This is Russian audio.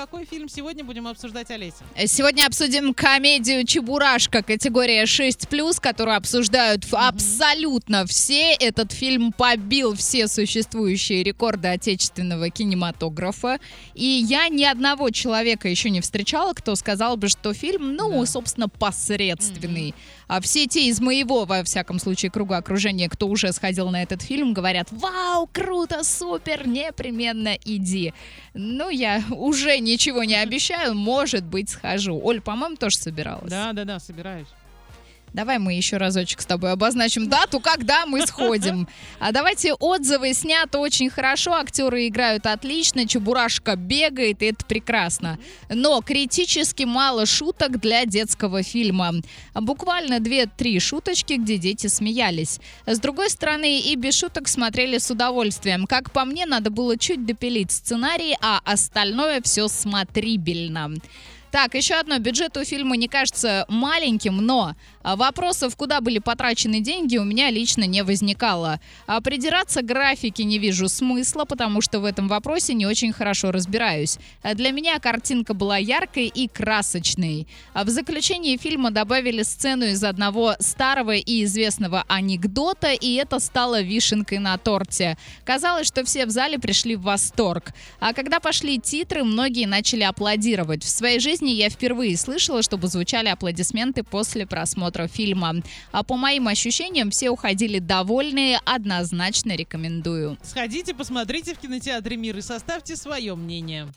какой фильм сегодня будем обсуждать, Олеся? Сегодня обсудим комедию «Чебурашка» категория 6+, которую обсуждают абсолютно все. Этот фильм побил все существующие рекорды отечественного кинематографа. И я ни одного человека еще не встречала, кто сказал бы, что фильм, собственно, посредственный. А все те из моего, во всяком случае, круга окружения, кто уже сходил на этот фильм, говорят: «Вау, круто, супер, непременно иди». Ну, я уже ничего не обещаю, может быть, схожу. Оль, по-моему, тоже собиралась. Да, собираюсь. Давай мы еще разочек с тобой обозначим дату, когда мы сходим. А давайте отзывы. Снято очень хорошо, актеры играют отлично, Чебурашка бегает, и это прекрасно. Но критически мало шуток для детского фильма. Буквально 2-3 шуточки, где дети смеялись. С другой стороны, и без шуток смотрели с удовольствием. Как по мне, надо было чуть допилить сценарий, а остальное все смотрибельно. Так, еще одно. Бюджет у фильма не кажется маленьким, но вопросов, куда были потрачены деньги, у меня лично не возникало. А придираться к графике не вижу смысла, потому что в этом вопросе не очень хорошо разбираюсь. Для меня картинка была яркой и красочной. В заключении фильма добавили сцену из одного старого и известного анекдота, и это стало вишенкой на торте. Казалось, что все в зале пришли в восторг. А когда пошли титры, многие начали аплодировать. В своей жизни я впервые слышала, чтобы звучали аплодисменты после просмотра фильма. А по моим ощущениям, все уходили довольные, однозначно рекомендую. Сходите, посмотрите в кинотеатре «Мир» и составьте свое мнение.